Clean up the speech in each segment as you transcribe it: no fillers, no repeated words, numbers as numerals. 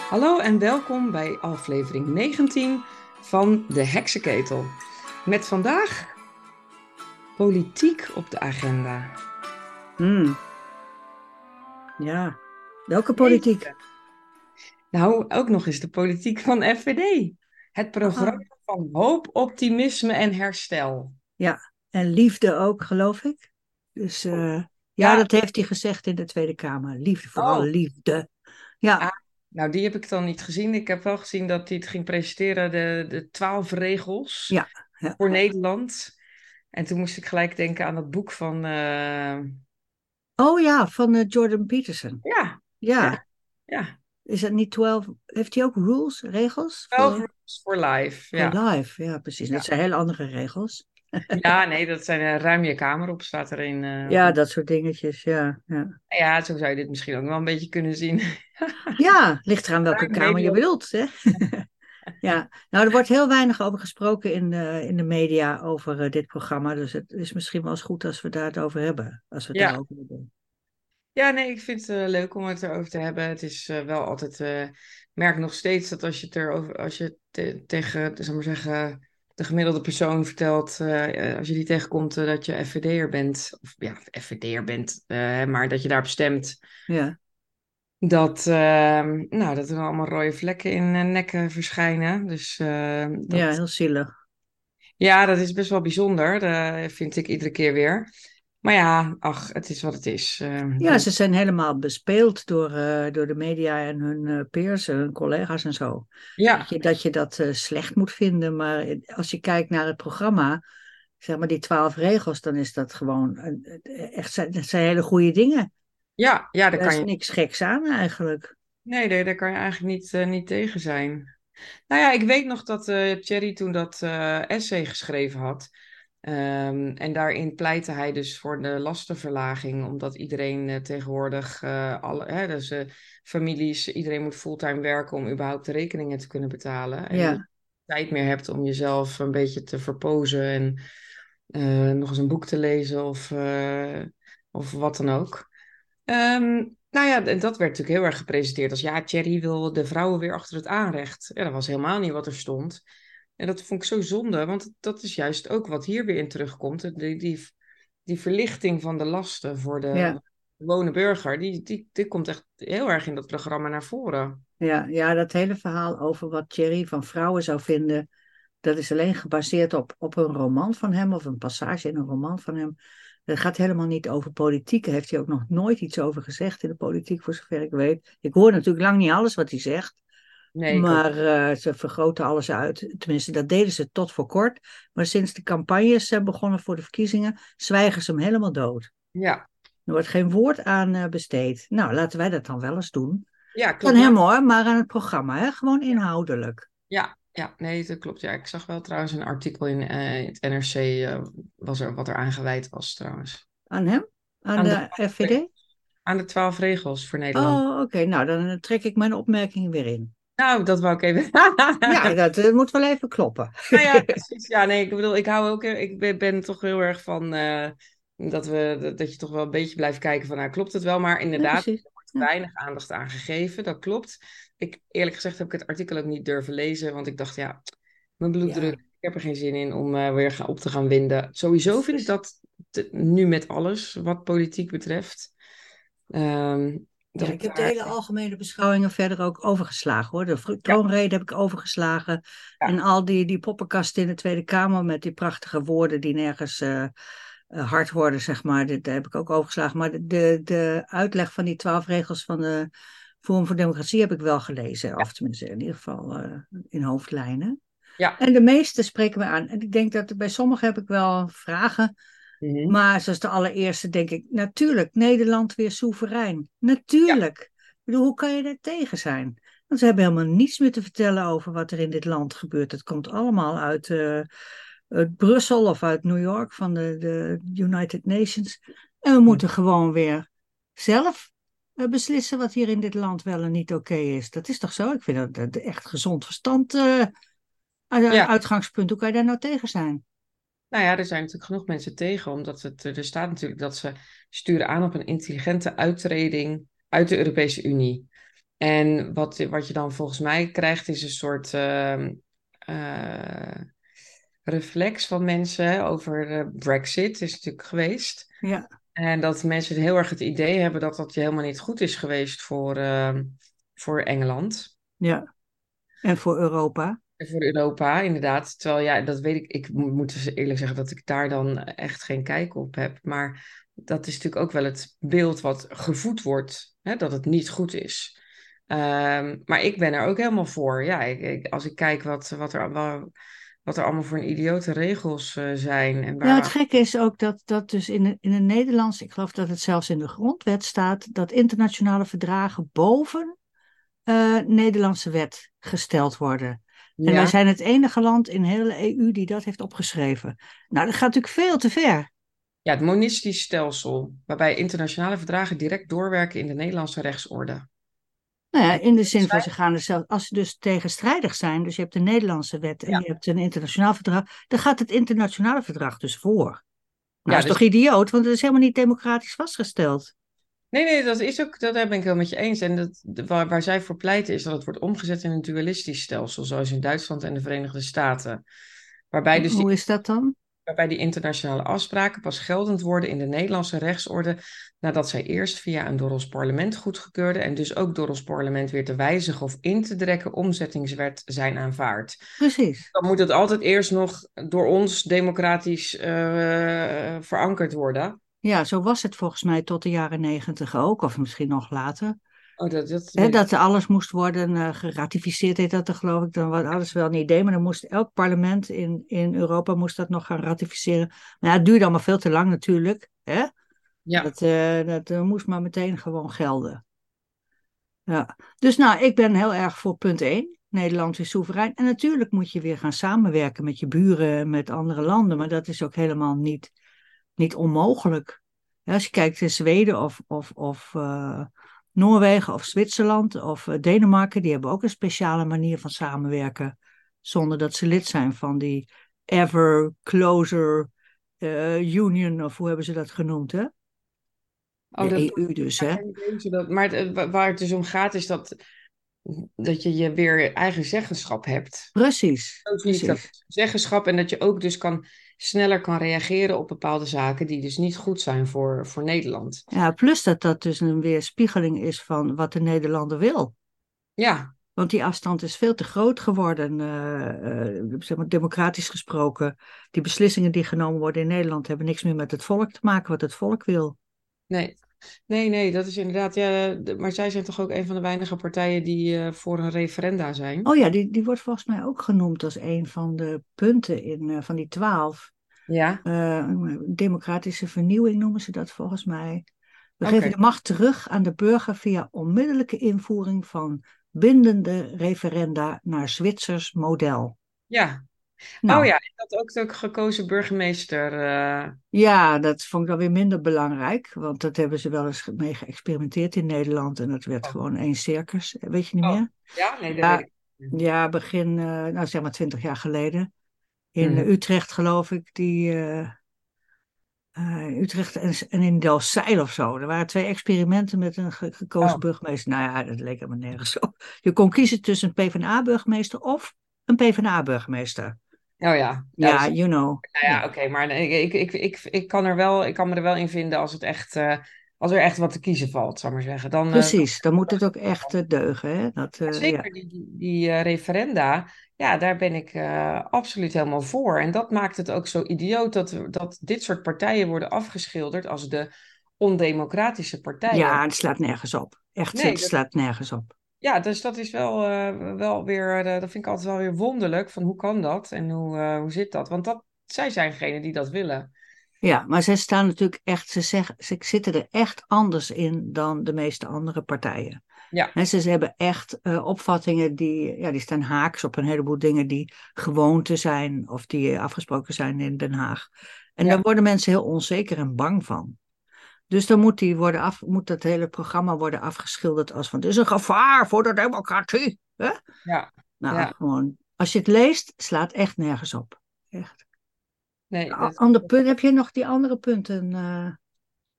Hallo en welkom bij aflevering 19 van De Heksenketel. Met vandaag politiek op de agenda. Hmm, ja. Welke politiek? Jeetje. Nou, ook nog eens de politiek van FVD. Het Ah, programma van hoop, optimisme en herstel. ja. En liefde ook, geloof ik. Dus ja, Ja, dat heeft hij gezegd in de Tweede Kamer. Liefde, vooral oh. liefde. Ah, Ja, nou, die heb ik dan niet gezien. Ik heb wel gezien dat hij het ging presenteren, de 12 regels ja, ja. voor Nederland. En toen moest ik gelijk denken aan dat boek van... Oh ja, van Jordan Peterson. ja, ja, Ja, ja. is dat niet 12? Heeft hij ook rules, regels 12 voor, Rules for Life, voor ja. life? Ja, precies. Dat Ja, zijn hele andere regels. ja nee, dat zijn ruim je kamer op, staat er in. Ja, dat soort dingetjes. Ja, ja. Ja, zo zou je dit misschien ook wel een beetje kunnen zien. Ja, ligt eraan welke Ruim kamer je Nederland. bedoelt, hè? Ja, nou, er wordt heel weinig over gesproken in de media over dit programma. Dus het is misschien wel eens goed als we daar het over hebben. Als we het Ja. daarover hebben. Ja, nee, ik vind het leuk om het erover te hebben. Het is wel altijd, merk nog steeds dat als je het erover, als je het tegen, zal ik maar zeggen, de gemiddelde persoon vertelt, als je die tegenkomt dat je FVD'er bent, of ja, FVD'er bent, maar dat je daarop stemt, Ja, nou, dat er dan allemaal rode vlekken in nekken verschijnen. Dus ja, dat, heel zielig. ja, dat is best wel bijzonder, vind ik iedere keer weer. Maar ja, ach, het is wat het is. Ja, ze zijn helemaal bespeeld door de media en hun peers, en hun collega's en zo. Ja, Dat je dat slecht moet vinden. Maar als je kijkt naar het programma, zeg maar die 12 regels, dan is dat gewoon echt dat zijn hele goede dingen. ja, daar Daar kan is je. niks geks aan eigenlijk. Nee, daar kan je eigenlijk niet tegen zijn. Nou ja, ik weet nog dat Thierry toen dat essay geschreven had. En daarin pleitte hij dus voor de lastenverlaging, omdat iedereen tegenwoordig, dus families, iedereen moet fulltime werken om überhaupt de rekeningen te kunnen betalen. En niet Ja, tijd meer hebt om jezelf een beetje te verpozen en nog eens een boek te lezen of wat dan ook. Nou ja, en dat werd natuurlijk heel erg gepresenteerd als ja, Thierry wil de vrouwen weer achter het aanrecht. Ja, dat was helemaal niet wat er stond. En dat vond ik zo zonde, want dat is juist ook wat hier weer in terugkomt. Die verlichting van de lasten voor de ja. gewone burger, die komt echt heel erg in dat programma naar voren. Ja, ja, dat hele verhaal over wat Thierry van vrouwen zou vinden, dat is alleen gebaseerd op een roman van hem of een passage in een roman van hem. Het gaat helemaal niet over politiek. Daar heeft hij ook nog nooit iets over gezegd in de politiek, voor zover ik weet. Ik hoor natuurlijk lang niet alles wat hij zegt, Nee, ik ook. maar ze vergroten alles uit. Tenminste, dat deden ze tot voor kort. Maar sinds de campagnes zijn begonnen voor de verkiezingen, zwijgen ze hem helemaal dood. Ja, Er wordt geen woord aan besteed. Nou, laten wij dat dan wel eens doen. ja, Aan klopt. Nou, hem hoor, maar aan het programma, hè? Gewoon inhoudelijk. ja, nee, dat klopt. Ja, ik zag wel trouwens een artikel in het NRC, was er, wat er aangeweid was trouwens. Aan hem? Aan Aan de de FVD? Aan de 12 regels voor Nederland. Oh, oké. Nou, dan trek ik mijn opmerking weer in. Nou, dat wou ik even. Ja, dat moet wel even kloppen. Nou ja, precies. Ja, nee, ik bedoel, ik hou ook, ben toch heel erg van dat je toch wel een beetje blijft kijken van, nou, klopt het wel? Maar Nee, inderdaad, precies. er wordt Ja. weinig aandacht aan gegeven, dat klopt. Eerlijk gezegd heb ik het artikel ook niet durven lezen, want ik dacht, ja, mijn bloeddruk, Ja, ik heb er geen zin in om weer op te gaan winden. Sowieso vind ik precies. dat nu met alles wat politiek betreft, ehm, dat Ja, ik ik heb de hele daar. algemene beschouwingen verder ook overgeslagen hoor. Ja, Troonrede heb ik overgeslagen. En ja, al die poppenkasten in de Tweede Kamer met die prachtige woorden die nergens hard worden, zeg maar. Dat heb ik ook overgeslagen. Maar de uitleg van die 12 regels van de Forum voor Democratie heb ik wel gelezen. ja, Of tenminste, in ieder geval in hoofdlijnen. ja. En de meeste spreken me aan. En ik denk dat bij sommigen heb ik wel vragen. Mhm. Maar zoals de allereerste denk ik, natuurlijk, Nederland weer soeverein. Ja, Natuurlijk. Ik bedoel, hoe kan je daar tegen zijn? Want ze hebben helemaal niets meer te vertellen over wat er in dit land gebeurt. Het komt allemaal uit Brussel of uit New York van de United Nations. En we moeten gewoon weer zelf beslissen wat hier in dit land wel en niet oké is. Dat is toch zo? Ik vind dat echt gezond verstand ja. uitgangspunt. Hoe kan je daar nou tegen zijn? Nou ja, er zijn natuurlijk genoeg mensen tegen, omdat er staat natuurlijk dat ze sturen aan op een intelligente uittreding uit de Europese Unie. En wat je dan volgens mij krijgt, is een soort eh, reflex van mensen hè, over Brexit, is natuurlijk geweest. Ja, En dat mensen heel erg het idee hebben dat dat helemaal niet goed is geweest voor Engeland. ja. En voor Europa. En voor Europa, inderdaad. Terwijl, ja, dat weet ik. Ik moet dus eerlijk zeggen dat ik daar dan echt geen kijk op heb. Maar dat is natuurlijk ook wel het beeld wat gevoed wordt, hè, dat het niet goed is. Maar ik ben er ook helemaal voor. Ja, als ik kijk wat er allemaal voor een idiote regels zijn en Ja, waar het we. gekke is ook dat dus in het Nederlands, ik geloof dat het zelfs in de grondwet staat, dat internationale verdragen boven Nederlandse wet gesteld worden. En wij Ja, zijn het enige land in de hele EU die dat heeft opgeschreven. Nou, dat gaat natuurlijk veel te ver. ja, het monistisch stelsel, waarbij internationale verdragen direct doorwerken in de Nederlandse rechtsorde. Nou ja, En in de zin van ze gaan er zelf, als ze dus tegenstrijdig zijn, dus je hebt een Nederlandse wet en ja, je hebt een internationaal verdrag, dan gaat het internationale verdrag dus voor. Nou, ja, dat is dus toch idioot, want het is helemaal niet democratisch vastgesteld. nee, dat is ook, dat ben ik wel met je eens. En waar zij voor pleiten is dat het wordt omgezet in een dualistisch stelsel, zoals in Duitsland en de Verenigde Staten. Waarbij dus Hoe is dat dan? waarbij die internationale afspraken pas geldend worden in de Nederlandse rechtsorde nadat zij eerst via een door ons parlement goedgekeurde en dus ook door ons parlement weer te wijzigen of in te trekken omzettingswet zijn aanvaard. Precies. Dan moet het altijd eerst nog door ons democratisch verankerd worden. Ja, zo was het volgens mij tot de jaren 90 ook, of misschien nog later. Oh, dat Hè, weet ik. dat alles moest worden geratificeerd, heet dat dan geloof ik. Dan was alles wel een idee, maar dan moest elk parlement in Europa moest dat nog gaan ratificeren. Maar ja, het duurde allemaal veel te lang natuurlijk. Hè? Ja. Dat moest maar meteen gewoon gelden. Ja. Dus nou, ik ben heel erg voor punt 1. Nederland is soeverein. En natuurlijk moet je weer gaan samenwerken met je buren, met andere landen. Maar dat is ook helemaal niet onmogelijk. Ja, als je kijkt in Zweden of Noorwegen of Zwitserland of Denemarken, die hebben ook een speciale manier van samenwerken. Zonder dat ze lid zijn van die Ever Closer Union, of hoe hebben ze dat genoemd, hè? Oh, De dat EU dus, ja, hè? geen idee. Maar waar het dus om gaat is dat je weer eigen zeggenschap hebt. Precies, Zo zie ik precies. dat zeggenschap en dat je ook dus sneller kan reageren op bepaalde zaken die dus niet goed zijn voor Nederland. Ja, plus dat dat dus een weerspiegeling is van wat de Nederlander wil. Ja, Want die afstand is veel te groot geworden, zeg maar democratisch gesproken. Die beslissingen die genomen worden in Nederland hebben niks meer met het volk te maken, wat het volk wil. nee. Nee, dat is inderdaad. Ja, maar zij zijn toch ook een van de weinige partijen die voor een referenda zijn. Oh ja, die wordt volgens mij ook genoemd als een van de punten van die 12. Ja, Democratische vernieuwing noemen ze dat volgens mij. We geven oké. de macht terug aan de burger via onmiddellijke invoering van bindende referenda naar Zwitsers model. Ja. Oh Nou, ja, ik had ook de gekozen burgemeester. ja, dat vond ik dan weer minder belangrijk, want dat hebben ze wel eens mee geëxperimenteerd in Nederland en dat werd Oh, gewoon één circus, weet je niet oh, meer? ja, nee, dat weet Ja, ik niet. ja begin, nou zeg maar 20 jaar geleden, in Mhm. Utrecht geloof ik, Utrecht en in Delfzijl of zo. Er waren twee experimenten met een gekozen Oh, burgemeester. Nou ja, dat leek helemaal nergens op. Je kon kiezen tussen een PvdA-burgemeester of een PvdA-burgemeester. oh ja. Ja, Ja, you know. nou ja, Ja. oké, maar nee, ik kan me er wel in vinden als het echt, als er echt wat te kiezen valt, zal ik maar zeggen. Dan kan Precies, dan moet het ook echt deugen. Hè? Ja. zeker die referenda, ja, daar ben ik absoluut helemaal voor. En dat maakt het ook zo idioot dat dit soort partijen worden afgeschilderd als de ondemocratische partijen. Ja, het slaat nergens op. Echt, Nee, het slaat nergens op. ja, dus dat is wel weer, dat vind ik altijd wel weer wonderlijk, van hoe kan dat en hoe zit dat? Want zij zijn degene die dat willen. Ja, maar zij staan natuurlijk echt, ze zitten er echt anders in dan de meeste andere partijen. Ja, En ze hebben echt opvattingen die staan haaks op een heleboel dingen die gewoonte zijn of die afgesproken zijn in Den Haag. En daar ja, worden mensen heel onzeker en bang van. Dus dan moet dat hele programma worden afgeschilderd als van, het is een gevaar voor de democratie. Hè? ja, Nou, ja. gewoon, als je het leest, slaat echt nergens op. Echt. Nee, Ander punt, heb je nog die andere punten?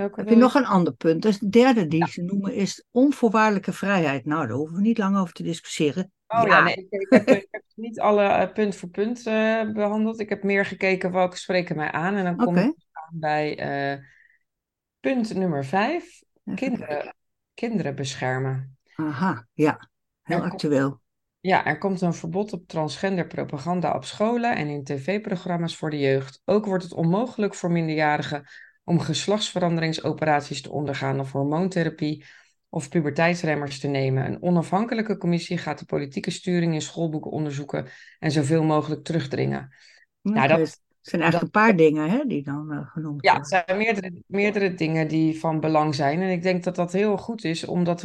Welke Heb je wil nog je? een ander punt? Dus de derde die ze noemen is onvoorwaardelijke vrijheid. Nou, daar hoeven we niet lang over te discussiëren. Oh ja, nee, Ja, ik heb niet alle punt voor punt behandeld. Ik heb meer gekeken welke spreken mij aan. En dan kom ik oké. aan bij punt nummer 5. Even kijken. Kinderen beschermen. Aha, ja. Heel Er komt, actueel. ja, er komt een verbod op transgender propaganda op scholen en in tv-programma's voor de jeugd. Ook wordt het onmogelijk voor minderjarigen om geslachtsveranderingsoperaties te ondergaan of hormoontherapie of puberteitsremmers te nemen. Een onafhankelijke commissie gaat de politieke sturing in schoolboeken onderzoeken en zoveel mogelijk terugdringen. Nou, Oké, het zijn dat, eigenlijk een paar dingen hè, die dan genoemd ja, het worden. zijn meerdere dingen die van belang zijn. En ik denk dat dat heel goed is, omdat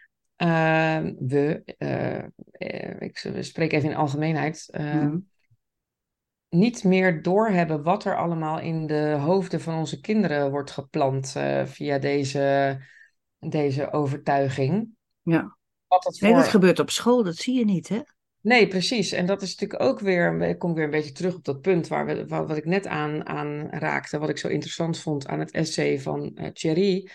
ik spreek even in algemeenheid, Mhm. niet meer doorhebben wat er allemaal in de hoofden van onze kinderen wordt geplant via deze overtuiging. Ja. Wat het Nee, dat voor. gebeurt op school, dat zie je niet, hè? Nee, precies. En dat is natuurlijk ook weer, ik kom weer een beetje terug op dat punt wat ik net aan raakte, wat ik zo interessant vond aan het essay van Thierry.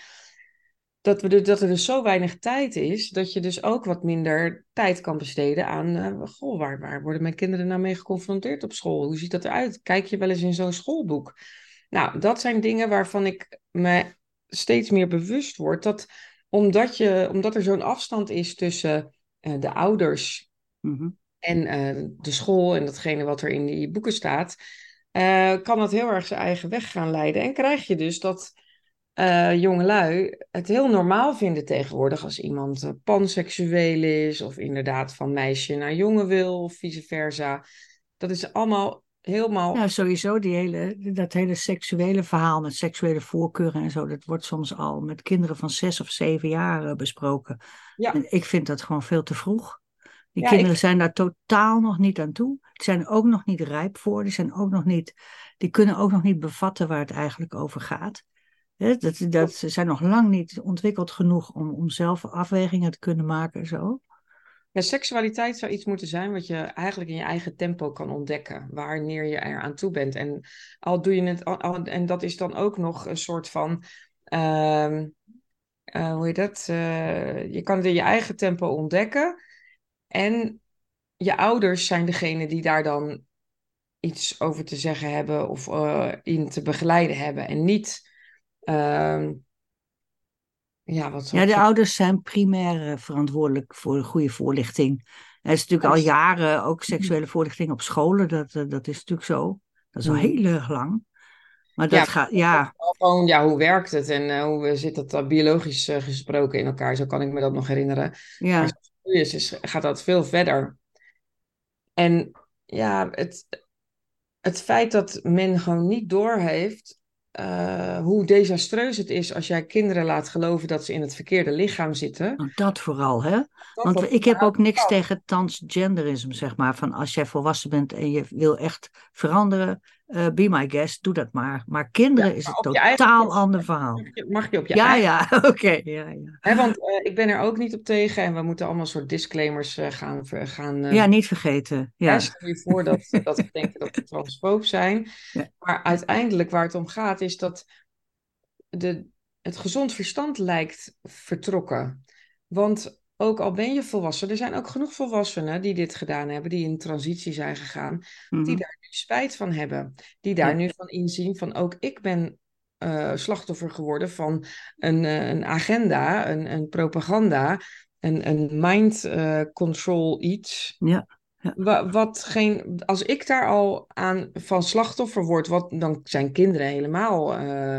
Dat er dus zo weinig tijd is, dat je dus ook wat minder tijd kan besteden aan, goh, waar worden mijn kinderen nou mee geconfronteerd op school? Hoe ziet dat eruit? Kijk je wel eens in zo'n schoolboek? Nou, dat zijn dingen waarvan ik me steeds meer bewust word, dat omdat er zo'n afstand is tussen de ouders Mhm. en de school en datgene wat er in die boeken staat, kan dat heel erg zijn eigen weg gaan leiden. En krijg je dus dat jongelui het heel normaal vinden tegenwoordig als iemand panseksueel is, of inderdaad van meisje naar jongen wil, of vice versa. Dat is allemaal Ja, helemaal. sowieso dat hele seksuele verhaal met seksuele voorkeuren en zo, dat wordt soms al met kinderen van 6 of 7 jaar besproken. Ja, En ik vind dat gewoon veel te vroeg. Die ja, kinderen zijn daar totaal nog niet aan toe. Die zijn er ook nog niet rijp voor. Die kunnen ook nog niet bevatten waar het eigenlijk over gaat. Hè, ze zijn nog lang niet ontwikkeld genoeg om zelf afwegingen te kunnen maken en zo. ja, seksualiteit zou iets moeten zijn wat je eigenlijk in je eigen tempo kan ontdekken, wanneer je er aan toe bent. En al doe je het, en dat is dan ook nog een soort van, ehm, hoe heet dat? Je kan het in je eigen tempo ontdekken. En je ouders zijn degene die daar dan iets over te zeggen hebben of in te begeleiden hebben. En niet, ehm, ja, wat zal Ja, ik de zeggen? ouders zijn primair verantwoordelijk voor een goede voorlichting. Er is natuurlijk al jaren ook seksuele voorlichting op scholen. Dat is natuurlijk zo. Dat is al Hmm. heel erg lang. Maar Ja, dat gaat, ja, gewoon, ja, hoe werkt het en hoe zit dat biologisch gesproken in elkaar? Zo kan ik me dat nog herinneren. Maar ja. zoals het nu gaat dat veel verder. En ja, het feit dat men gewoon niet doorheeft hoe desastreus het is als jij kinderen laat geloven dat ze in het verkeerde lichaam zitten. Nou, dat vooral, hè? Want Dat ik heb ook niks vast. tegen transgenderisme, zeg maar. Van als jij volwassen bent en je wil echt veranderen, be my guest, doe dat maar. Maar kinderen Ja, is maar een op je eigen totaal kosten. ander verhaal. Mag je op je Ja, eigen. ja, oké, ja, ja. Hè, want ik ben er ook niet op tegen en we moeten allemaal soort disclaimers gaan Ja, niet vergeten, ja. stel je voor dat we denken dat we transfoob zijn. Ja, Maar uiteindelijk waar het om gaat is dat de, het gezond verstand lijkt vertrokken. Want ook al ben je volwassen, er zijn ook genoeg volwassenen die dit gedaan hebben, die in transitie zijn gegaan, die mhm, daar nu spijt van hebben. Die daar ja, nu van inzien van ook ik ben slachtoffer geworden van een agenda, een propaganda, een mind control iets. ja, ja. Wat geen, als ik daar al aan van slachtoffer word, dan zijn kinderen helemaal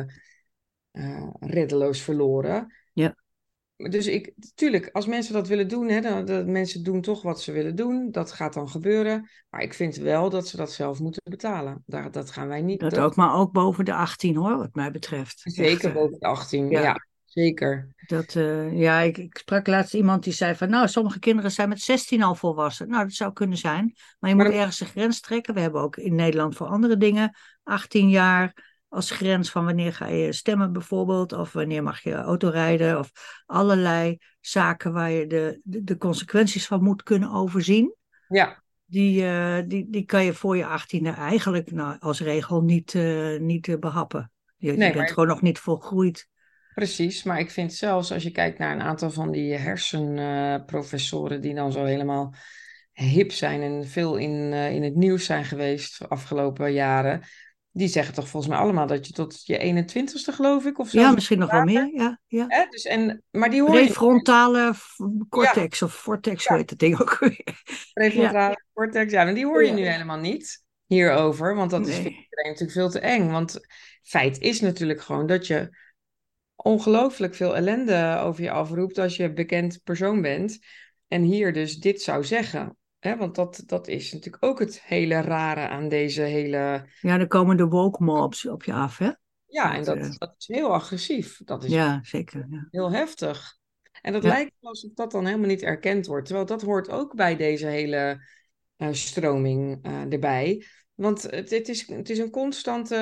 reddeloos verloren. Ja. Dus tuurlijk, als mensen dat willen doen, hè, dan mensen doen toch wat ze willen doen. Dat gaat dan gebeuren. Maar ik vind wel dat ze dat zelf moeten betalen. Dat gaan wij niet. Dat ook, maar ook boven de 18 hoor, wat mij betreft. Echt, Zeker boven de 18, ja. ja, zeker. Ja, ik sprak laatst iemand die zei van, nou, sommige kinderen zijn met 16 al volwassen. Nou, dat zou kunnen zijn. Maar je Maar moet dan, ergens een grens trekken. We hebben ook in Nederland voor andere dingen 18 jaar als grens van wanneer ga je stemmen bijvoorbeeld. Of wanneer mag je autorijden. Of allerlei zaken waar je de consequenties van moet kunnen overzien. ja, Die kan je voor je 18e eigenlijk nou, als regel niet behappen. Je nee, bent maar gewoon nog niet volgroeid. precies. Maar ik vind zelfs als je kijkt naar een aantal van die hersenprofessoren die dan zo helemaal hip zijn en veel in het nieuws zijn geweest de afgelopen jaren, die zeggen toch volgens mij allemaal dat je tot je 21ste geloof ik, of Ja, zelfs nog misschien nog wel later, meer. Ja, ja. hè? Dus maar die hoor je, Prefrontale ja, cortex of vortex, hoe ja, heet dat ding ook weer? Ja, prefrontale cortex, ja, maar die hoor je ja. nu helemaal niet hierover, want dat is voor Nee. iedereen natuurlijk veel te eng. Want feit is natuurlijk gewoon dat je ongelooflijk veel ellende over je afroept als je bekend persoon bent. En hier dus dit zou zeggen. Hè? Want dat is natuurlijk ook het hele rare aan deze hele. Ja, dan komen de woke mobs op je af, hè? Ja, en Dat, dat is heel agressief. Dat is ja, zeker. Ja. heel heftig. En dat Ja, lijkt alsof dat dan helemaal niet erkend wordt. Terwijl dat hoort ook bij deze hele stroming erbij. Want het is een constante,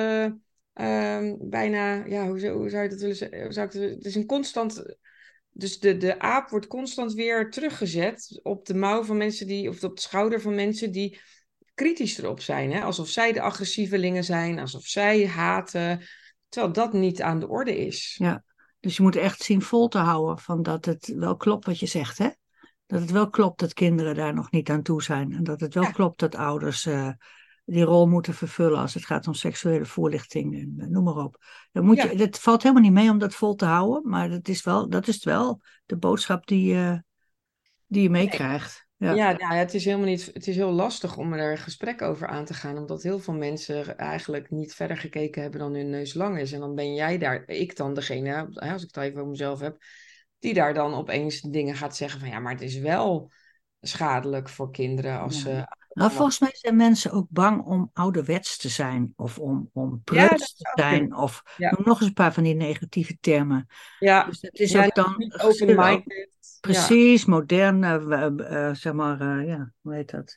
bijna, ja, hoe zou je dat willen zeggen? Het is een constant, dus de aap wordt constant weer teruggezet op de mouw van mensen die, of op de schouder van mensen die kritisch erop zijn. Hè? Alsof zij de agressievelingen zijn, alsof zij haten, terwijl dat niet aan de orde is. ja. Dus je moet echt zien vol te houden van dat het wel klopt wat je zegt, hè? Dat het wel klopt dat kinderen daar nog niet aan toe zijn. En dat het wel Ja, klopt dat ouders die rol moeten vervullen als het gaat om seksuele voorlichting en noem maar op. ja. Dat valt helemaal niet mee om dat vol te houden, maar dat is wel de boodschap die je meekrijgt. Ja, Ja, nou, ja, het is helemaal niet, het is heel lastig om er een gesprek over aan te gaan, omdat heel veel mensen eigenlijk niet verder gekeken hebben dan hun neus lang is. En dan ben jij daar, ik dan degene, hè, als ik het even over mezelf heb, die daar dan opeens dingen gaat zeggen van ja, maar het is wel schadelijk voor kinderen als ja. ze Nou, allemaal. volgens mij zijn mensen ook bang om ouderwets te zijn, of om Ja, dat preuts te zou kunnen. zijn, of Ja, noem nog eens een paar van die negatieve termen. ja, Dus het is ja, ook dan, niet ze zullen ook open-minded. Ja. precies modern, zeg maar, ja, hoe heet dat?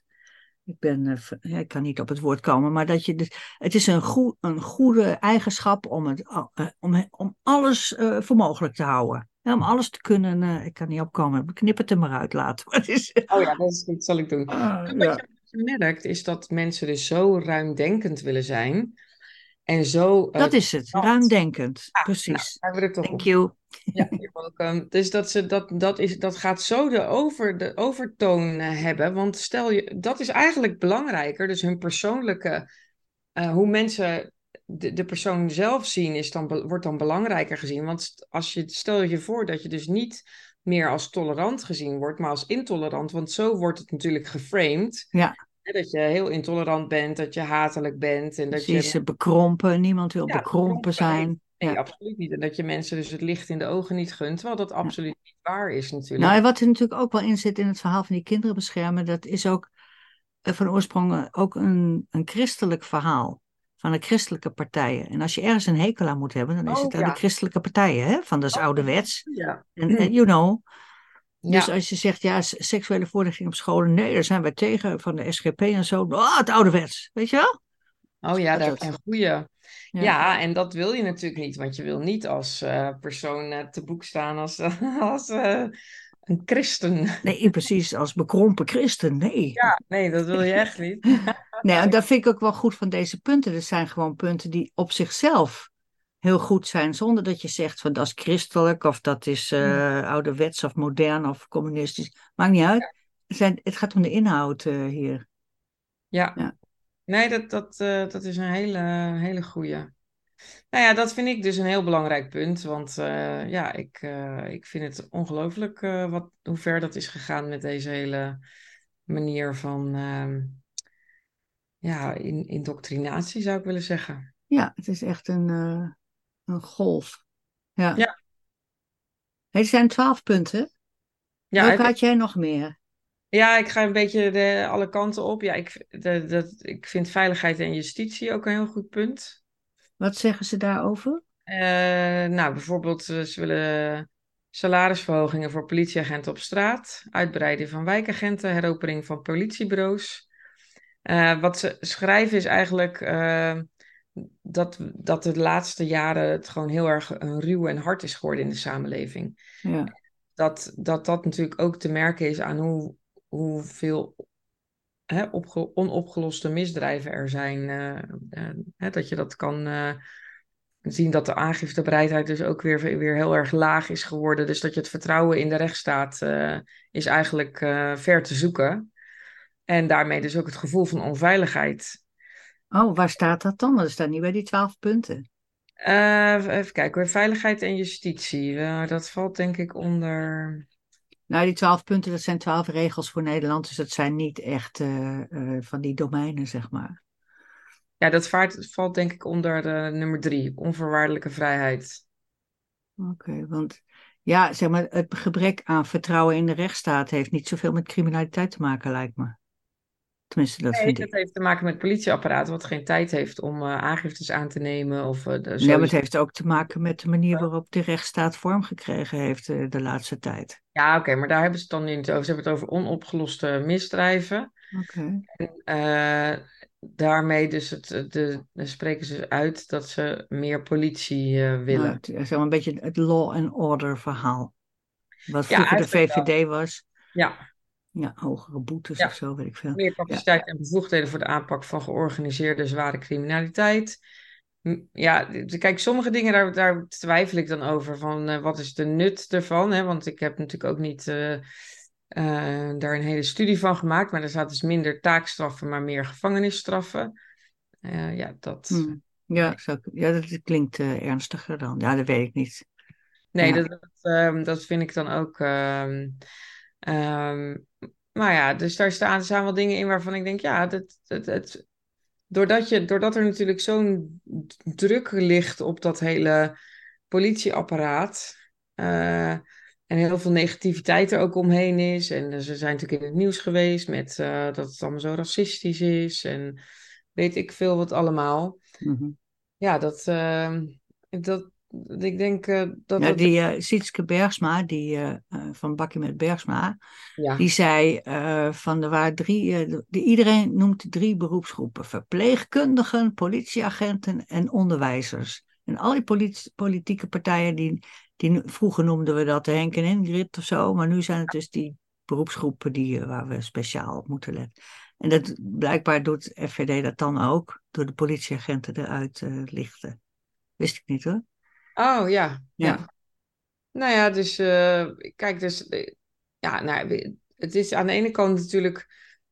Ja, ik kan niet op het woord komen, maar dat je het is een goede eigenschap om, om alles voor mogelijk te houden. Ja, om alles te kunnen, ik kan niet opkomen, knip het er maar uit laten. Maar het is, Oh ja, dat is goed, zal ik doen. Nou, ja, wat je merkt is dat mensen dus zo ruimdenkend willen zijn en zo dat is het, tolerant. ruimdenkend, Nou, precies. hebben we er toch Thank op. you. Ja, you're welcome. Dus dat gaat zo de overtoon hebben. Want stel je, dat is eigenlijk belangrijker. Dus hun persoonlijke, hoe mensen de persoon zelf zien, wordt dan belangrijker gezien. Want stel je voor dat je dus niet meer als tolerant gezien wordt, maar als intolerant. Want zo wordt het natuurlijk geframed. Ja, Hè, dat je heel intolerant bent, dat je hatelijk bent en dat precies, je bekrompen, niemand wil ja, bekrompen bekrompen. Nee, zijn. nee, Ja, absoluut niet. En dat je mensen dus het licht in de ogen niet gunt, terwijl dat ja. absoluut niet waar is Nou, en natuurlijk. wat er natuurlijk ook wel in zit in het verhaal van die kinderen beschermen, dat is ook van oorsprong ook een christelijk verhaal van de christelijke partijen. En als je ergens een hekel aan moet hebben, dan is Oh het aan die ja, christelijke partijen, hè? Van dat is oh, dat is ouderwets. ja. En you know. Dus Ja, als je zegt, ja, seksuele voorlichting op scholen, nee, daar zijn wij tegen van de SGP en zo. Oh, het ouderwets, weet je wel? oh ja, Dat daar heb je het. een goeie. Ja. Ja, en dat wil je natuurlijk niet, want je wil niet als persoon te boek staan als, als een christen. Nee, precies, als bekrompen christen, nee. Ja, nee, dat wil je echt niet. Nee, en dat vind ik ook wel goed van deze punten. Dat zijn gewoon punten die op zichzelf heel goed zijn, zonder dat je zegt van dat is christelijk of dat is ouderwets of modern of communistisch. Maakt niet uit. Het gaat om de inhoud hier. Ja, Ja. nee, dat is een hele goeie. Nou ja, dat vind ik dus een heel belangrijk punt. Want ja, ik vind het ongelooflijk hoe ver dat is gegaan met deze hele manier van ja, indoctrinatie, zou ik willen zeggen. Ja, het is echt een golf. Ja. Ja, Hey, er zijn 12 punten. ja, Welke had jij nog meer? ja, ik ga een beetje alle kanten op. Ja, ik vind veiligheid en justitie ook een heel goed punt. Wat zeggen ze daarover? Nou, bijvoorbeeld, ze willen salarisverhogingen voor politieagenten op straat, uitbreiding van wijkagenten, heropening van politiebureaus. Wat ze schrijven is eigenlijk dat de laatste jaren het gewoon heel erg ruw en hard is geworden in de samenleving. Ja, Dat natuurlijk ook te merken is aan hoeveel onopgeloste misdrijven er zijn. Dat je dat kan zien dat de aangiftebereidheid dus ook weer heel erg laag is geworden. Dus dat je het vertrouwen in de rechtsstaat is eigenlijk ver te zoeken. En daarmee dus ook het gevoel van onveiligheid. Oh, waar staat dat dan? Dat staat niet bij die 12 punten. Even kijken hoor. Veiligheid en justitie. Dat valt denk ik onder. Nou, die 12 punten, dat zijn 12 regels voor Nederland. Dus dat zijn niet echt van die domeinen, zeg maar. Ja, valt denk ik onder nummer 3. Onvoorwaardelijke vrijheid. Oké, want ja, zeg maar, het gebrek aan vertrouwen in de rechtsstaat heeft niet zoveel met criminaliteit te maken, lijkt me. Tenminste, dat Nee, vind dat ik. heeft te maken met het politieapparaat, wat geen tijd heeft om aangiftes aan te nemen of Ja, maar het sowieso. heeft ook te maken met de manier waarop de rechtsstaat vorm gekregen heeft de laatste tijd. Ja, oké, maar daar hebben ze het dan niet over. Ze hebben het over onopgeloste misdrijven. Oké. Eh, Daarmee dus dan spreken ze uit dat ze meer politie Nou, willen. het is wel een beetje het law and order verhaal. Wat Ja, vroeger de eigenlijk wel. VVD was. Ja, Ja, hogere boetes of ja. zo, weet ik veel. Meer Ja. capaciteit en bevoegdheden voor de aanpak van georganiseerde zware criminaliteit. Ja, kijk, sommige dingen daar twijfel ik dan over. Van wat is de nut ervan? Hè? Want ik heb natuurlijk ook niet daar een hele studie van gemaakt. Maar er staat dus minder taakstraffen, maar meer gevangenisstraffen. Ja, dat. Hm. Ja, ja, dat klinkt ernstiger dan. Ja, dat weet ik niet. Nee, Ja. dat vind ik dan ook. Ehm, maar ja, dus daar staan wel dingen in waarvan ik denk, ja, doordat er natuurlijk zo'n druk ligt op dat hele politieapparaat. En heel veel negativiteit er ook omheen is. En ze zijn natuurlijk in het nieuws geweest met dat het allemaal zo racistisch is. En weet ik veel wat allemaal. Mhm. Ja, dat, ik denk dat Ja, dat. die Sietske Bergsma, die van Bakkie met Bergsma, Ja. die zei van er waren iedereen noemt 3 beroepsgroepen: verpleegkundigen, politieagenten en onderwijzers. En al die politieke partijen, vroeger noemden we dat de Henk en Ingrid of zo, maar nu zijn het dus die beroepsgroepen waar we speciaal op moeten letten. En blijkbaar doet FVD dat dan ook, door de politieagenten eruit lichten. Wist ik niet hoor. Oh ja, Ja. ja. Nou ja, dus kijk, dus ja, nou, het is aan de ene kant natuurlijk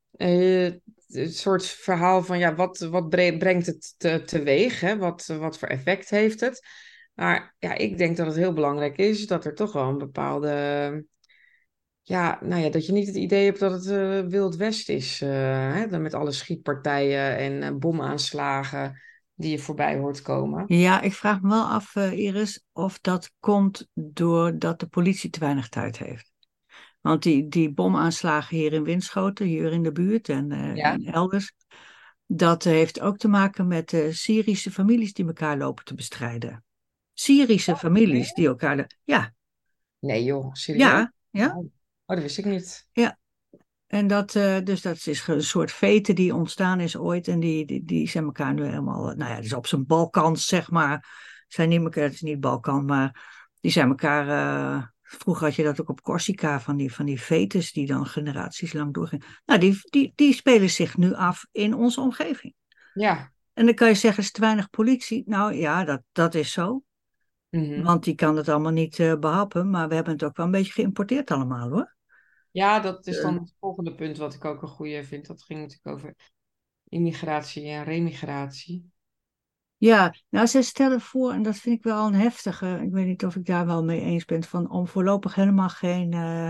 het soort verhaal van ja, wat brengt het teweeg, hè? Wat voor effect heeft het? Maar ja, ik denk dat het heel belangrijk is dat er toch wel een bepaalde, ja, nou ja, dat je niet het idee hebt dat het Wild West is, hè? Dan met alle schietpartijen en bomaanslagen die je voorbij hoort komen. Ja, ik vraag me wel af, Iris, of dat komt doordat de politie te weinig tijd heeft. Want die bomaanslagen hier in Winschoten, hier in de buurt Ja. en elders, dat heeft ook te maken met Syrische families die elkaar lopen te bestrijden. Syrische families die elkaar. Ja, Nee joh, serieus? ja, ja, Oh, dat wist ik niet. ja. En dus dat is een soort vete die ontstaan is ooit. En die zijn elkaar nu helemaal, nou ja, dus op zijn Balkans, zeg maar. Zijn niet elkaar, het is niet Balkan, maar die zijn elkaar. Vroeger had je dat ook op Corsica, van die vetes die dan generaties lang doorgingen. Nou, die spelen zich nu af in onze omgeving. Ja. En dan kan je zeggen, is te weinig politie? Nou ja, dat is zo. Mhm. Want die kan het allemaal niet behappen. Maar we hebben het ook wel een beetje geïmporteerd allemaal, hoor. Ja, dat is Eh, dan het volgende punt wat ik ook een goede vind. Dat ging natuurlijk over immigratie en remigratie. Ja, nou, ze stellen voor, en dat vind ik wel een heftige, ik weet niet of ik daar wel mee eens ben, om voorlopig helemaal geen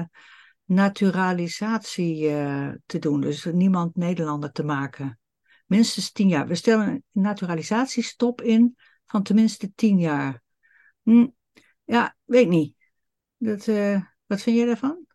naturalisatie te doen. Dus niemand Nederlander te maken. Minstens 10 jaar. We stellen een naturalisatiestop in van tenminste 10 jaar. Hm, ja, weet niet. Wat vind jij daarvan?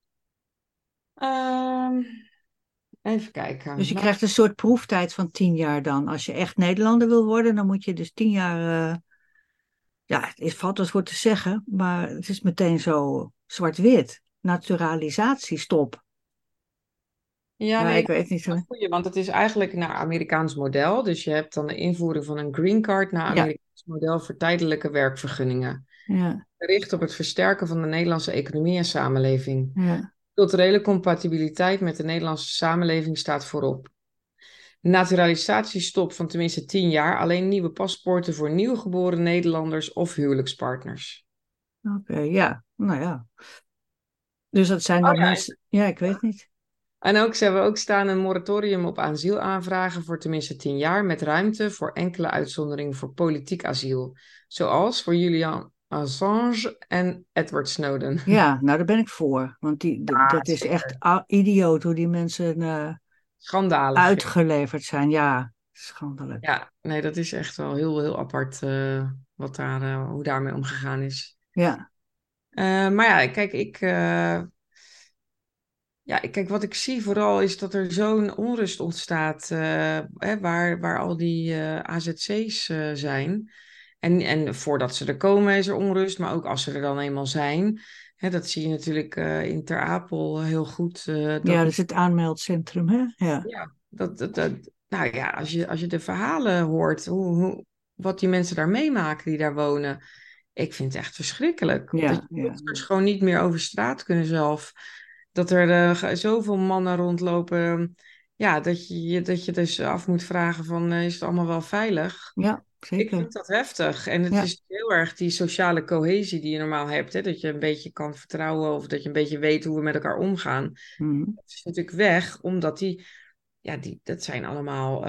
Ehm, even Dus kijken. je Nou, krijgt een soort proeftijd van 10 jaar dan. Als je echt Nederlander wil worden, dan moet je dus 10 jaar. Ja, valt wat voor te zeggen, maar het is meteen zo zwart-wit. Naturalisatiestop. ja, Ja, nee, ik ik vind weet niet het zo. een goeie, want het is eigenlijk naar Amerikaans model. Dus je hebt dan de invoering van een green card naar Ja, Amerikaans model voor tijdelijke werkvergunningen. ja, Gericht op het versterken van de Nederlandse economie en samenleving. ja. Culturele compatibiliteit met de Nederlandse samenleving staat voorop. Naturalisatiestop van tenminste 10 jaar. Alleen nieuwe paspoorten voor nieuwgeboren Nederlanders of huwelijkspartners. Oké, ja. Nou ja. Dus dat zijn Oh dan ja. mensen... Ja, ik weet niet. En ook, ze hebben ook staan een moratorium op asielaanvragen voor tenminste 10 jaar, met ruimte voor enkele uitzonderingen voor politiek asiel. Zoals voor Julian Assange en Edward Snowden. Ja, nou daar ben ik voor. Want Ja, dat is zeker. echt idioot hoe die mensen Schandalig. uitgeleverd zijn. Ja, schandelijk. Ja, nee, dat is echt wel heel, heel apart wat daar, hoe daarmee omgegaan is. Ja, Maar ja, kijk, kijk, wat ik zie vooral is dat er zo'n onrust ontstaat waar al die AZC's zijn. En voordat ze er komen is er onrust, maar ook als ze er dan eenmaal zijn. Hè, dat zie je natuurlijk in Ter Apel heel goed. ja, dat is het aanmeldcentrum, hè? Ja, Ja, nou ja, als je de verhalen hoort, wat die mensen daar meemaken die daar wonen, ik vind het echt verschrikkelijk. Dat ja, je ja, dochters gewoon niet meer over straat kunnen zelf. Dat er zoveel mannen rondlopen, ja, dat je dus af moet vragen van, is het allemaal wel veilig? ja, Ik zeker. vind dat heftig. En het Ja. is heel erg die sociale cohesie die je normaal hebt, hè? Dat je een beetje kan vertrouwen of dat je een beetje weet hoe we met elkaar omgaan. Mhm. Dat is natuurlijk weg, omdat dat zijn allemaal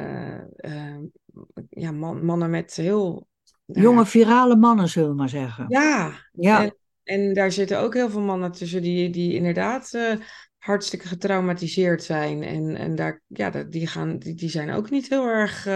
mannen met heel, nou Jonge ja, virale mannen, zullen we maar zeggen. ja. Ja, En daar zitten ook heel veel mannen tussen die inderdaad hartstikke getraumatiseerd zijn. En daar, ja, die zijn ook niet heel erg,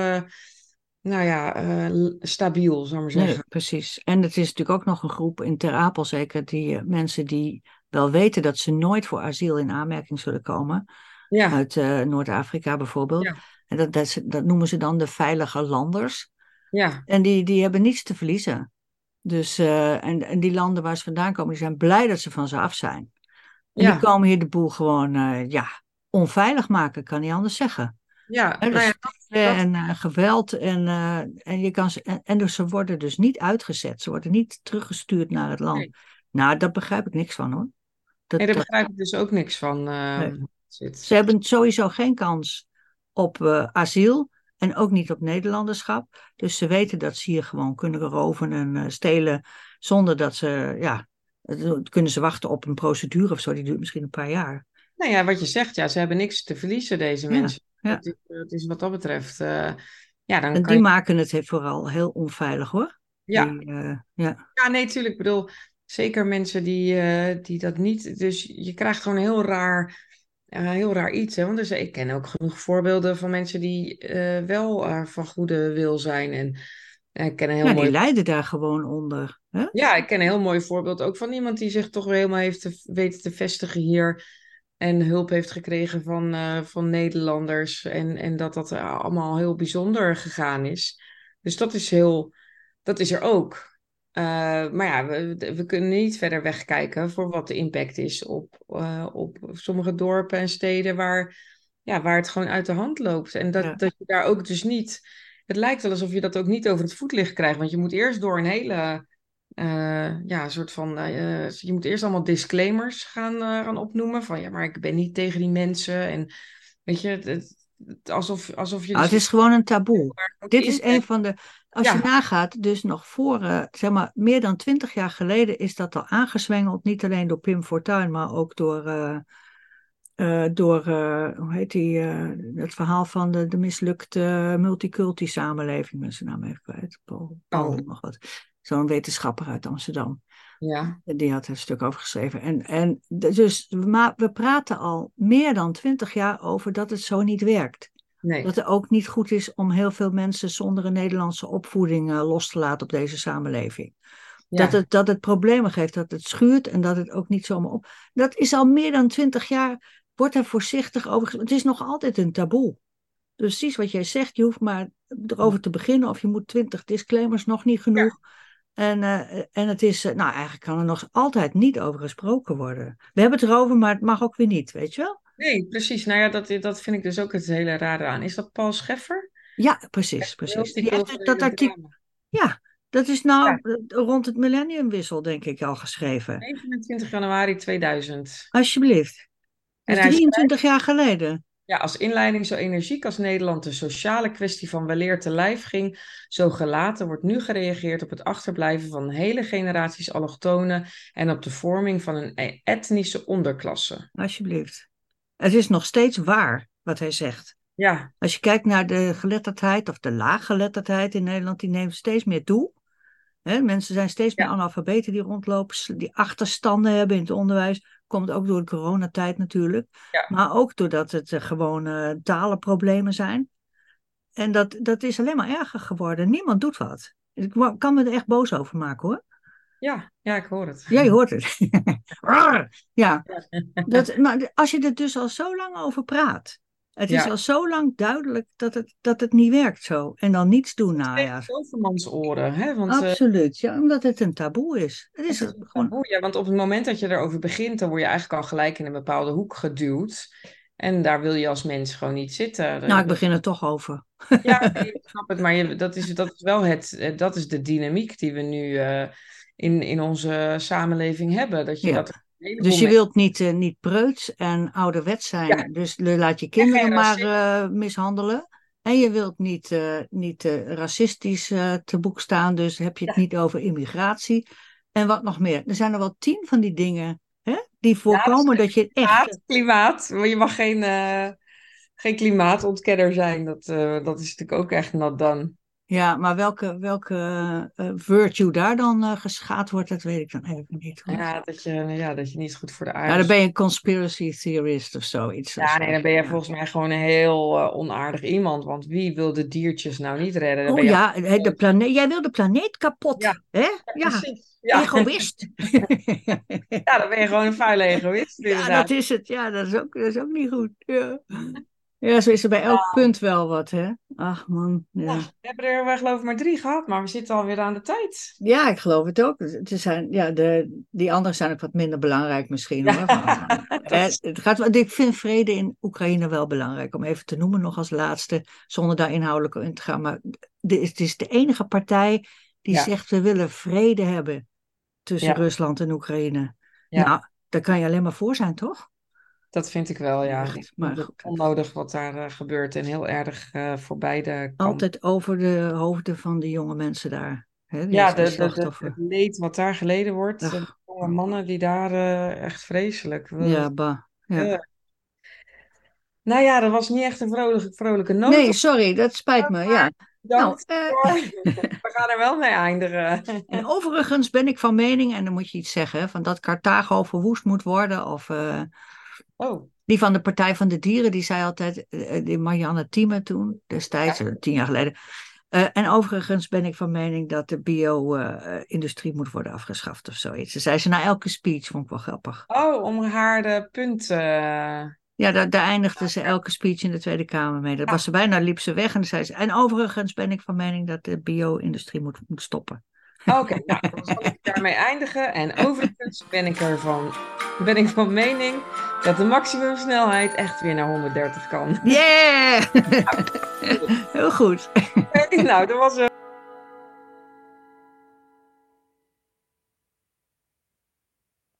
stabiel, zal ik maar nee, zeggen. precies. En het is natuurlijk ook nog een groep in Ter Apel zeker, die mensen die wel weten dat ze nooit voor asiel in aanmerking zullen komen. Ja, Uit Noord-Afrika bijvoorbeeld. ja, En dat noemen ze dan de veilige landers. ja, En die hebben niets te verliezen. Dus, en die landen waar ze vandaan komen, die zijn blij dat ze van ze af zijn. En die ja, komen hier de boel gewoon onveilig maken, kan niet anders zeggen. ja. Hè, Nou ja, dus dat, en geweld en je kan ze, en dus ze worden dus niet uitgezet. Ze worden niet teruggestuurd naar het land. nee. Nou, daar begrijp ik niks van hoor. Nee, Dat, daar dat, begrijp ik dus ook niks van. nee. Zit. Ze hebben sowieso geen kans op asiel en ook niet op Nederlanderschap. Dus ze weten dat ze hier gewoon kunnen roven en stelen zonder dat ze, kunnen ze wachten op een procedure of zo. Die duurt misschien een paar jaar. Nou ja, wat je zegt, ja, ze hebben niks te verliezen, deze Ja, mensen. ja. Dat is wat dat betreft, ja, dan En kan die je, maken het vooral heel onveilig hoor. ja. Ja. Ja, nee, tuurlijk, ik bedoel, zeker mensen die dat niet, dus je krijgt gewoon een heel raar iets, hè. Want dus, ik ken ook genoeg voorbeelden van mensen die wel van goede wil zijn en ik ken een heel Ja, die mooi. lijden daar gewoon onder. Hè? Ja, ik ken een heel mooi voorbeeld ook van iemand die zich toch weer helemaal heeft weten te vestigen hier. En hulp heeft gekregen van Nederlanders. En dat allemaal heel bijzonder gegaan is. Dus dat is er ook. Maar ja, we kunnen niet verder wegkijken voor wat de impact is op sommige dorpen en steden waar het gewoon uit de hand loopt. En Ja, dat je daar ook dus niet. Het lijkt wel alsof je dat ook niet over het voetlicht krijgt. Want je moet eerst door een hele soort van, je moet eerst allemaal disclaimers gaan opnoemen. Van ja, maar ik ben niet tegen die mensen. En weet je, alsof je nou, dus het is gewoon een taboe. moet Dit is een inzetten. van de. Als je Ja, nagaat, dus nog voor, zeg maar, meer dan 20 jaar geleden is dat al aangezwengeld. Niet alleen door Pim Fortuyn, maar ook hoe heet die, het verhaal van de mislukte multiculti-samenleving. Ik ben zijn naam even kwijt. oh, Paul nog wat. Zo'n wetenschapper uit Amsterdam. ja, Die had er een stuk over geschreven. Maar we praten al meer dan 20 jaar over dat het zo niet werkt. nee, Dat het ook niet goed is om heel veel mensen zonder een Nederlandse opvoeding los te laten op deze samenleving. ja, Dat het problemen geeft, dat het schuurt en dat het ook niet zomaar op. Dat is al meer dan 20 jaar, wordt er voorzichtig over gesproken. Het is nog altijd een taboe. Dus precies wat jij zegt, je hoeft maar erover te beginnen of je moet 20 disclaimers, nog niet ja. genoeg. En het is, nou eigenlijk kan er nog altijd niet over gesproken worden. We hebben het erover, maar het mag ook weer niet, weet je wel? Nee, precies. Nou ja, dat vind ik dus ook het hele rare aan. Is dat Paul Scheffer? Ja, precies, Heel precies. die Die heeft over de dat hele artikel, drama. ja, dat is Ja, nou rond het millenniumwissel, denk ik, al geschreven. 27 januari 2000. Alsjeblieft. En Dus hij schrijft, 23 jaar geleden. Ja, als inleiding: zo energiek als Nederland de sociale kwestie van weleer te lijf ging, zo gelaten wordt nu gereageerd op het achterblijven van hele generaties allochtonen en op de vorming van een etnische onderklasse. Alsjeblieft. Het is nog steeds waar wat hij zegt. Ja, Als je kijkt naar de geletterdheid of de laaggeletterdheid in Nederland, die neemt steeds meer toe. Mensen zijn steeds meer ja, analfabeten die rondlopen, die achterstanden hebben in het onderwijs. Komt ook door de coronatijd natuurlijk. ja, Maar ook doordat het gewoon talenproblemen zijn. En dat is alleen maar erger geworden. Niemand doet wat. Ik kan me er echt boos over maken hoor. ja, ja, ik hoor het. Ja, je hoort het. Ja, Ja, maar als je er dus al zo lang over praat. Het is ja. al zo lang duidelijk dat het niet werkt zo. En dan niets doen, nou Tegen ja. overmans oren, hè? Want Absoluut, ja, omdat het een taboe is. Het is het is een gewoon, taboe. Ja, want op het moment dat je erover begint, dan word je eigenlijk al gelijk in een bepaalde hoek geduwd. En daar wil je als mens gewoon niet zitten. nou, ik begin er toch over. Ja, nee, ik snap het, maar dat is wel dat is de dynamiek die we nu in onze samenleving hebben. Ja, Dat er een heleboel dus je mensen. wilt niet preuts en ouderwets Ja, zijn. Dus laat je en geen kinderen maar racisme. mishandelen. En je wilt niet racistisch te boek staan. Dus heb je het Ja, niet over immigratie. En wat nog meer. Er zijn er wel 10 van die dingen hè, die ja, dat voorkomen dat is je echt. klimaat. Maar je mag geen klimaatontkenner zijn. Dat is natuurlijk ook echt not done. Ja, maar welke virtue daar dan geschaad wordt, dat weet ik dan even niet hoor. Ja, dat je niet goed voor de Ja, aarde. dan ben je een conspiracy theorist of zoiets. Ja, nee, dan ben je Ja. volgens mij gewoon een heel onaardig iemand. Want wie wil de diertjes nou niet redden? Dan ben Oh je ja, de planeet. Jij wil de planeet kapot, ja, hè? ja, Ja, precies. Ja. egoïst. Ja, dan ben je gewoon een vuile egoïst, Ja, dat inderdaad. is het. Ja, dat is ook niet goed. Ja. Ja, zo is er bij elk Ja, punt wel wat, hè? Ach man, nou, ja. we hebben er geloof ik maar 3 gehad, maar we zitten alweer aan de tijd. Ja, ik geloof het ook. Het zijn, ja, die anderen zijn ook wat minder belangrijk misschien Ja, hoor. dat is, Ik vind vrede in Oekraïne wel belangrijk, om even te noemen nog als laatste, zonder daar inhoudelijk in te gaan. Maar het is de enige partij die ja, zegt we willen vrede hebben tussen ja, Rusland en Oekraïne. ja, Nou, daar kan je alleen maar voor zijn, toch? dat vind ik wel, ja. Ik Echt, maar vind het goed. onnodig wat daar gebeurt en heel erg voor beide kanten. Altijd over de hoofden van de jonge mensen daar, hè, Ja, die het slachtoffer. leed wat daar geleden wordt, de Ach, jonge mannen die daar echt vreselijk. ja, bah. Eh, Ja. nou ja, dat was niet echt een vrolijke Nee, noot. sorry, dat spijt me. Ja. Nou, Bedankt voor. We gaan er wel mee eindigen. en overigens ben ik van mening, en dan moet je iets zeggen, hè, van dat Carthago verwoest moet worden. Of Oh, die van de Partij van de Dieren, die zei altijd, die Marianne Thieme toen, destijds, ja. 10 jaar geleden. En overigens ben ik van mening dat de bio-industrie moet worden afgeschaft of zoiets. Dat zei ze na elke speech, vond ik wel grappig. Oh, om haar de punt. Ja, daar eindigde ze elke speech in de Tweede Kamer mee. Dat was Ja, ze bijna, liep ze weg en dan zei ze. En overigens ben ik van mening dat de bio-industrie moet stoppen. oké, nou, dan zal ik daarmee eindigen. En overigens ben ik van mening dat de maximumsnelheid echt weer naar 130 kan. Yeah! Heel goed. Nou, dat was